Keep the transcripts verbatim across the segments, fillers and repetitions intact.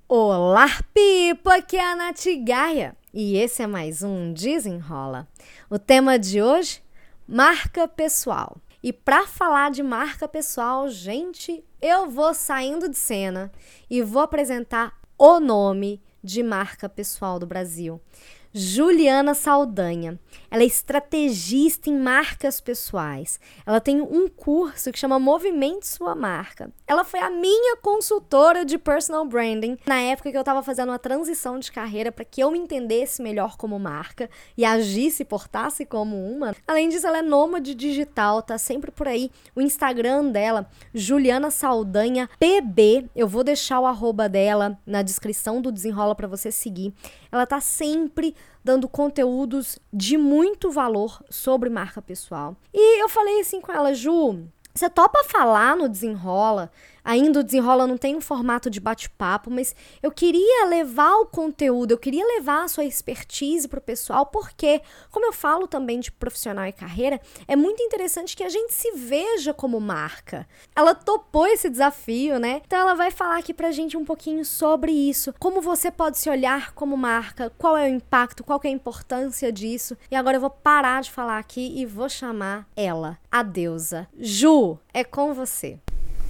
Olá, Pipa! Aqui é a Nath Gaia e esse é mais um Desenrola. O tema de hoje, marca pessoal. E para falar de marca pessoal, gente, eu vou saindo de cena e vou apresentar o nome de marca pessoal do Brasil. Juliana Saldanha. Ela é estrategista em marcas pessoais. Ela tem um curso que chama Movimente Sua Marca. Ela foi a minha consultora de personal branding na época que eu estava fazendo uma transição de carreira para que eu me entendesse melhor como marca e agisse e portasse como uma. Além disso, ela é nômade digital, tá sempre por aí. O Instagram dela, Juliana Saldanha P B. Eu vou deixar o arroba dela na descrição do Desenrola para você seguir. Ela tá sempre dando conteúdos de muito valor sobre marca pessoal. E eu falei assim com ela, Ju, você topa falar no Desenrola? Ainda o Desenrola não tem um formato de bate-papo, mas eu queria levar o conteúdo, eu queria levar a sua expertise para o pessoal, porque, como eu falo também de profissional e carreira, é muito interessante que a gente se veja como marca. Ela topou esse desafio, né? Então ela vai falar aqui pra gente um pouquinho sobre isso, como você pode se olhar como marca, qual é o impacto, qual que é a importância disso. E agora eu vou parar de falar aqui e vou chamar ela, a deusa. Ju, é com você.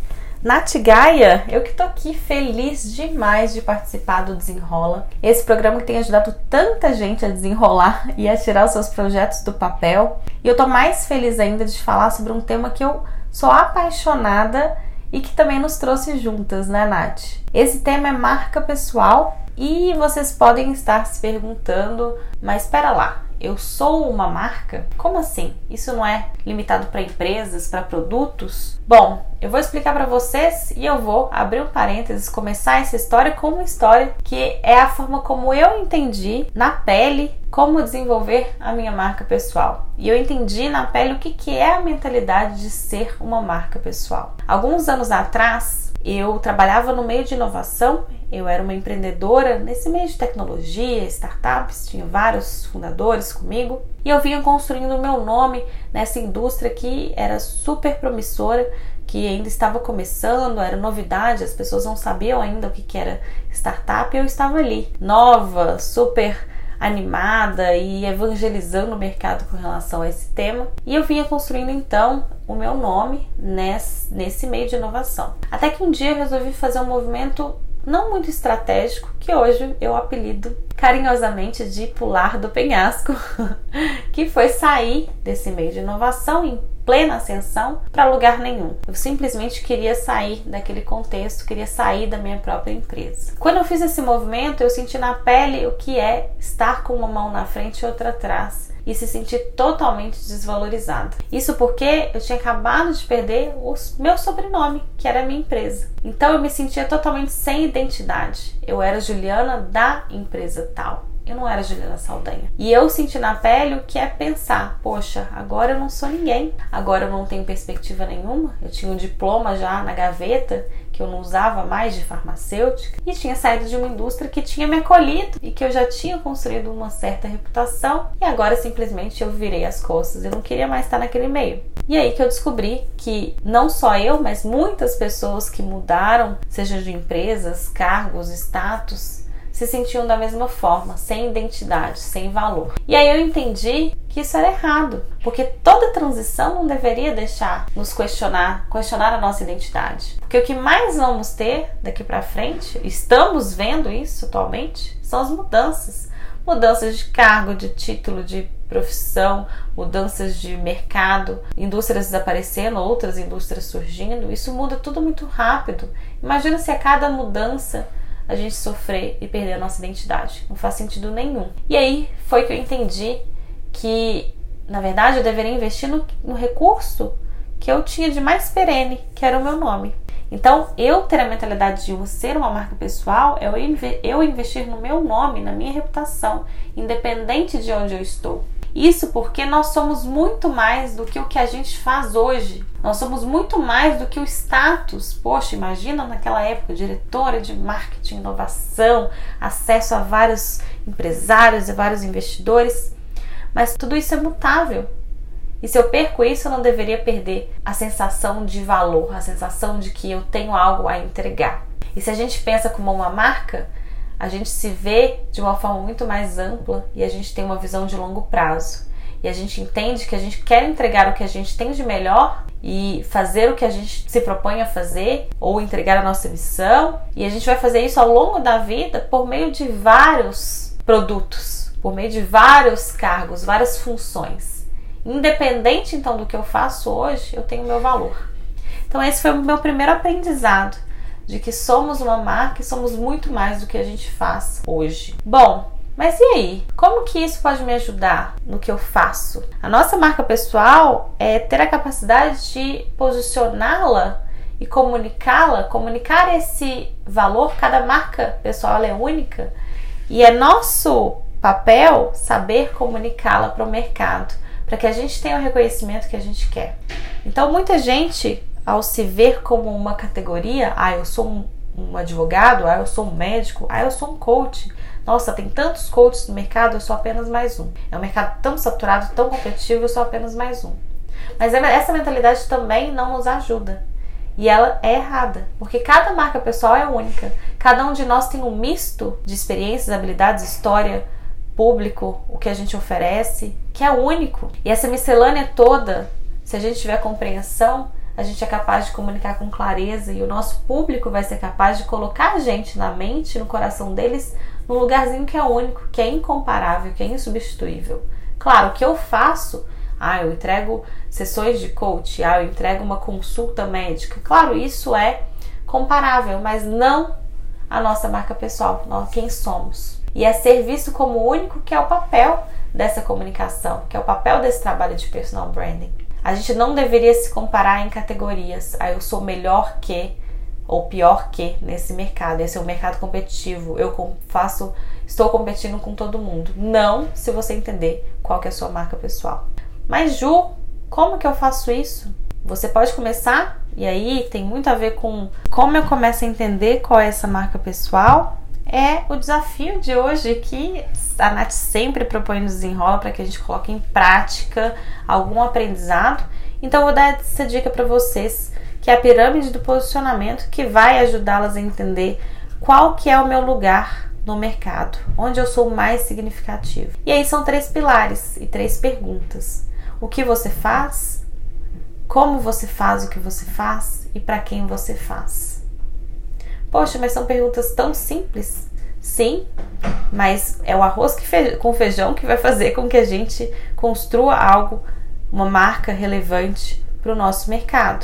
Nath Gaia, eu que tô aqui feliz demais de participar do Desenrola. Esse programa que tem ajudado tanta gente a desenrolar e a tirar os seus projetos do papel. E eu tô mais feliz ainda de falar sobre um tema que eu sou apaixonada e que também nos trouxe juntas, né, Nath? Esse tema é marca pessoal e vocês podem estar se perguntando, mas espera lá, eu sou uma marca? Como assim? Isso não é limitado para empresas, para produtos? Bom, eu vou explicar para vocês e eu vou abrir um parênteses, começar essa história com uma história que é a forma como eu entendi na pele como desenvolver a minha marca pessoal. E eu entendi na pele o que, que é a mentalidade de ser uma marca pessoal. Alguns anos atrás, eu trabalhava no meio de inovação, eu era uma empreendedora nesse meio de tecnologia, startups, tinha vários fundadores comigo e eu vinha construindo o meu nome nessa indústria que era super promissora, que ainda estava começando, era novidade, as pessoas não sabiam ainda o que, que era startup e eu estava ali, nova, super animada e evangelizando o mercado com relação a esse tema. E eu vinha construindo então o meu nome nesse, nesse meio de inovação. Até que um dia eu resolvi fazer um movimento não muito estratégico, que hoje eu apelido carinhosamente de pular do penhasco, que foi sair desse meio de inovação em plena ascensão para lugar nenhum. Eu simplesmente queria sair daquele contexto, queria sair da minha própria empresa. Quando eu fiz esse movimento, eu senti na pele o que é estar com uma mão na frente e outra atrás e se sentir totalmente desvalorizada. Isso porque eu tinha acabado de perder o meu sobrenome, que era a minha empresa. Então eu me sentia totalmente sem identidade. Eu era Juliana da empresa tal. Eu não era Juliana Saldanha. E eu senti na pele o que é pensar, poxa, agora eu não sou ninguém, agora eu não tenho perspectiva nenhuma, eu tinha um diploma já na gaveta, que eu não usava mais de farmacêutica, e tinha saído de uma indústria que tinha me acolhido e que eu já tinha construído uma certa reputação, e agora simplesmente eu virei as costas, eu não queria mais estar naquele meio. E aí que eu descobri que não só eu, mas muitas pessoas que mudaram, seja de empresas, cargos, status, se sentiam da mesma forma, sem identidade, sem valor. E aí eu entendi que isso era errado, porque toda transição não deveria deixar nos questionar, questionar a nossa identidade. Porque o que mais vamos ter daqui para frente, estamos vendo isso atualmente, são as mudanças. Mudanças de cargo, de título, de profissão, mudanças de mercado, indústrias desaparecendo, outras indústrias surgindo. Isso muda tudo muito rápido. Imagina se a cada mudança a gente sofrer e perder a nossa identidade. Não faz sentido nenhum. E aí foi que eu entendi que, na verdade, eu deveria investir no, no recurso que eu tinha de mais perene, que era o meu nome. Então, eu ter a mentalidade de eu ser uma marca pessoal é eu investir no meu nome, na minha reputação, independente de onde eu estou. Isso porque nós somos muito mais do que o que a gente faz hoje. Nós somos muito mais do que o status. Poxa, imagina naquela época, diretora de marketing, inovação, acesso a vários empresários e vários investidores. Mas tudo isso é mutável. E se eu perco isso, eu não deveria perder a sensação de valor, a sensação de que eu tenho algo a entregar. E se a gente pensa como uma marca, a gente se vê de uma forma muito mais ampla e a gente tem uma visão de longo prazo. E a gente entende que a gente quer entregar o que a gente tem de melhor e fazer o que a gente se propõe a fazer, ou entregar a nossa missão. E a gente vai fazer isso ao longo da vida por meio de vários produtos, por meio de vários cargos, várias funções. Independente então do que eu faço hoje, eu tenho meu valor. Então esse foi o meu primeiro aprendizado, de que somos uma marca e somos muito mais do que a gente faz hoje. Bom, mas e aí? Como que isso pode me ajudar no que eu faço? A nossa marca pessoal é ter a capacidade de posicioná-la e comunicá-la, comunicar esse valor. Cada marca pessoal ela é única e é nosso papel saber comunicá-la para o mercado, para que a gente tenha o reconhecimento que a gente quer. Então muita gente, ao se ver como uma categoria, ah, eu sou um, um advogado, ah, eu sou um médico, ah, eu sou um coach. Nossa, tem tantos coaches no mercado, eu sou apenas mais um. É um mercado tão saturado, tão competitivo, eu sou apenas mais um. Mas essa mentalidade também não nos ajuda. E ela é errada, porque cada marca pessoal é única. Cada um de nós tem um misto de experiências, habilidades, história, público, o que a gente oferece, que é único. E essa miscelânea toda, se a gente tiver compreensão, a gente é capaz de comunicar com clareza e o nosso público vai ser capaz de colocar a gente na mente, no coração deles, num lugarzinho que é único, que é incomparável, que é insubstituível. Claro, o que eu faço, ah, eu entrego sessões de coach, ah, eu entrego uma consulta médica. Claro, isso é comparável, mas não a nossa marca pessoal, nós, quem somos. E é ser visto como único, que é o papel dessa comunicação, que é o papel desse trabalho de personal branding. A gente não deveria se comparar em categorias. Ah, eu sou melhor que ou pior que nesse mercado. Esse é um mercado competitivo. Eu faço, estou competindo com todo mundo. Não, se você entender qual que é a sua marca pessoal. Mas Ju, como que eu faço isso? Você pode começar, e aí tem muito a ver com como eu começo a entender qual é essa marca pessoal. É o desafio de hoje que a Nath sempre propõe no Desenrola para que a gente coloque em prática algum aprendizado. Então eu vou dar essa dica para vocês, que é a pirâmide do posicionamento, que vai ajudá-las a entender qual que é o meu lugar no mercado, onde eu sou mais significativo. E aí são três pilares e três perguntas. O que você faz, como você faz o que você faz e para quem você faz. Poxa, mas são perguntas tão simples. Sim, mas é o arroz com feijão que vai fazer com que a gente construa algo, uma marca relevante para o nosso mercado.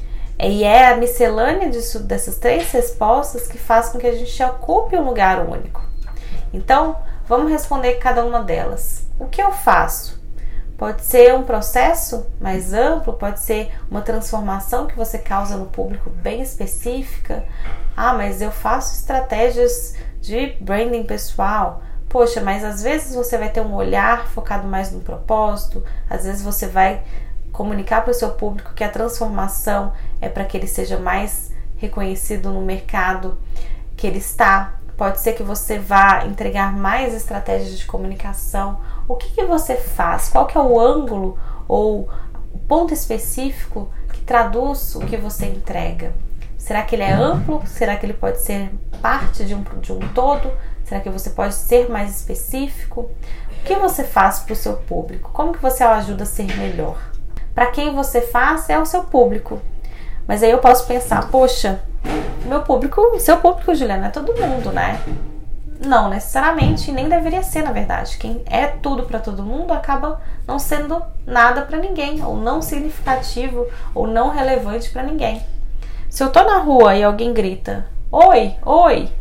E é a miscelânea disso, dessas três respostas que faz com que a gente ocupe um lugar único. Então, vamos responder cada uma delas. O que eu faço? Pode ser um processo mais amplo, pode ser uma transformação que você causa no público bem específica. Ah, mas eu faço estratégias de branding pessoal. Poxa, mas às vezes você vai ter um olhar focado mais no propósito, às vezes você vai comunicar para o seu público que a transformação é para que ele seja mais reconhecido no mercado que ele está. Pode ser que você vá entregar mais estratégias de comunicação. O que, que você faz? Qual que é o ângulo ou o ponto específico que traduz o que você entrega? Será que ele é amplo? Será que ele pode ser parte de um, de um todo? Será que você pode ser mais específico? O que você faz para o seu público? Como que você o ajuda a ser melhor? Para quem você faz é o seu público. Mas aí eu posso pensar, poxa, meu público, seu público, Juliana, é todo mundo, né? Não necessariamente, nem deveria ser, na verdade. Quem é tudo para todo mundo acaba não sendo nada para ninguém, ou não significativo, ou não relevante para ninguém. Se eu tô na rua e alguém grita, oi, oi,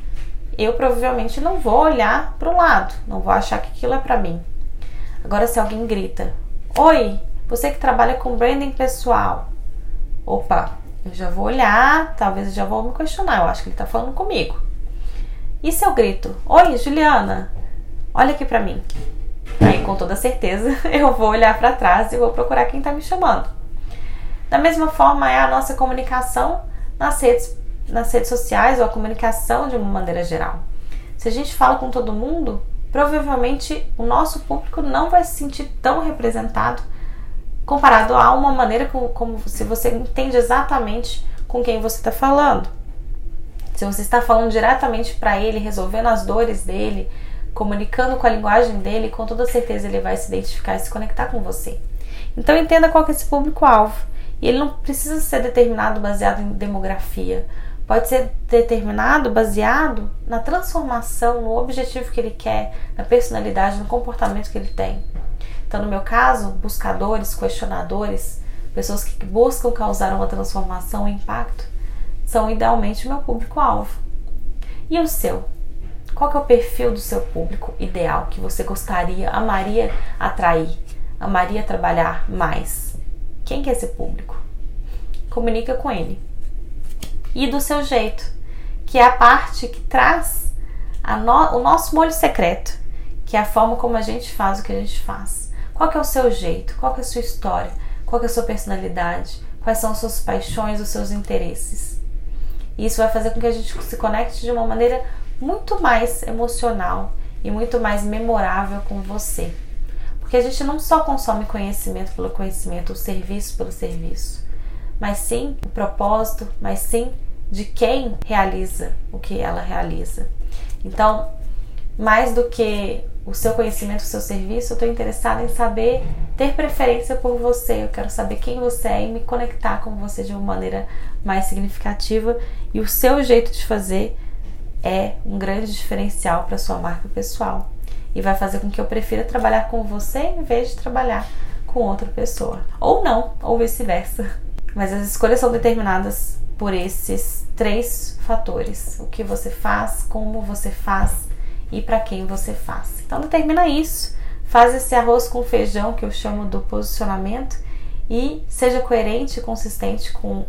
eu provavelmente não vou olhar pro lado, não vou achar que aquilo é para mim. Agora, se alguém grita, oi, você que trabalha com branding pessoal, opa, eu já vou olhar, talvez eu já vou me questionar, eu acho que ele tá falando comigo. E se eu grito, oi, Juliana, olha aqui pra mim. Aí, com toda certeza, eu vou olhar pra trás e vou procurar quem tá me chamando. Da mesma forma, é a nossa comunicação nas redes, nas redes sociais, ou a comunicação de uma maneira geral. Se a gente fala com todo mundo, provavelmente o nosso público não vai se sentir tão representado comparado a uma maneira como, como se você entende exatamente com quem você está falando. Se você está falando diretamente para ele, resolvendo as dores dele, comunicando com a linguagem dele, com toda certeza ele vai se identificar e se conectar com você. Então entenda qual que é esse público-alvo. E ele não precisa ser determinado baseado em demografia. Pode ser determinado baseado na transformação, no objetivo que ele quer, na personalidade, no comportamento que ele tem. Então, no meu caso, buscadores, questionadores, pessoas que buscam causar uma transformação, um impacto, são idealmente o meu público-alvo. E o seu? Qual que é o perfil do seu público ideal que você gostaria, amaria atrair, amaria trabalhar mais? Quem que é esse público? Comunica com ele. E do seu jeito, que é a parte que traz a no, o nosso molho secreto, que é a forma como a gente faz o que a gente faz. Qual que é o seu jeito? Qual que é a sua história? Qual que é a sua personalidade? Quais são as suas paixões, os seus interesses? E isso vai fazer com que a gente se conecte de uma maneira muito mais emocional e muito mais memorável com você. Porque a gente não só consome conhecimento pelo conhecimento, o serviço pelo serviço, mas sim o propósito, mas sim de quem realiza o que ela realiza. Então, mais do que o seu conhecimento, o seu serviço, eu estou interessada em saber, ter preferência por você. Eu quero saber quem você é e me conectar com você de uma maneira mais significativa. E o seu jeito de fazer é um grande diferencial para a sua marca pessoal. E vai fazer com que eu prefira trabalhar com você em vez de trabalhar com outra pessoa. Ou não, ou vice-versa. Mas as escolhas são determinadas por esses três fatores. O que você faz, como você faz e para quem você faz. Então determina isso. Faz esse arroz com feijão que eu chamo do posicionamento e seja coerente e consistente com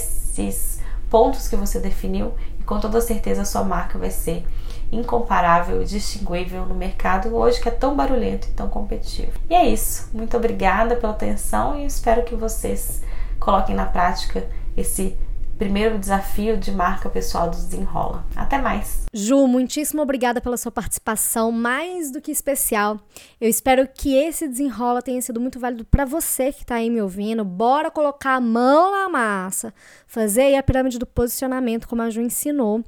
esses pontos que você definiu e com toda certeza a sua marca vai ser incomparável e distinguível no mercado hoje que é tão barulhento e tão competitivo. E é isso. Muito obrigada pela atenção e espero que vocês coloquem na prática esse primeiro desafio de marca pessoal do Desenrola. Até mais! Ju, muitíssimo obrigada pela sua participação, mais do que especial. Eu espero que esse Desenrola tenha sido muito válido para você que está aí me ouvindo. Bora colocar a mão na massa, fazer aí a pirâmide do posicionamento, como a Ju ensinou.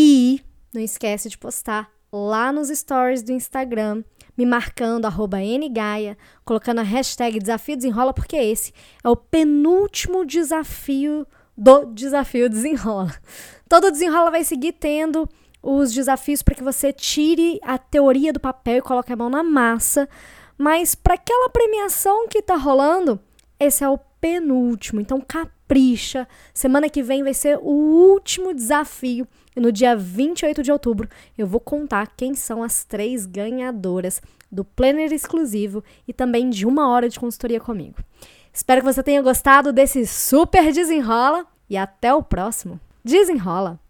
E não esquece de postar lá nos stories do Instagram, me marcando, arroba ngaia, colocando a hashtag Desafio Desenrola, porque esse é o penúltimo desafio do Desafio Desenrola. Todo Desenrola vai seguir tendo os desafios para que você tire a teoria do papel e coloque a mão na massa, mas para aquela premiação que tá rolando, esse é o penúltimo, então capricha. Semana que vem vai ser o último desafio e no dia vinte e oito de outubro eu vou contar quem são as três ganhadoras do Planner exclusivo e também de uma hora de consultoria comigo. Espero que você tenha gostado desse super Desenrola e até o próximo. Desenrola!